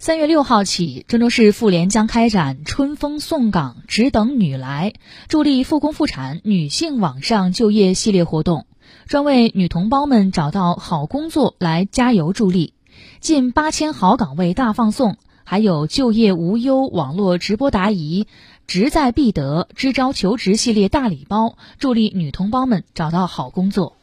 3月6号起，郑州市妇联将开展春风送岗，只等女来，助力复工复产女性网上就业系列活动，专为女同胞们找到好工作来加油助力。近8000好岗位大放送，还有就业无忧网络直播答疑、职在必得、支招求职系列大礼包，助力女同胞们找到好工作。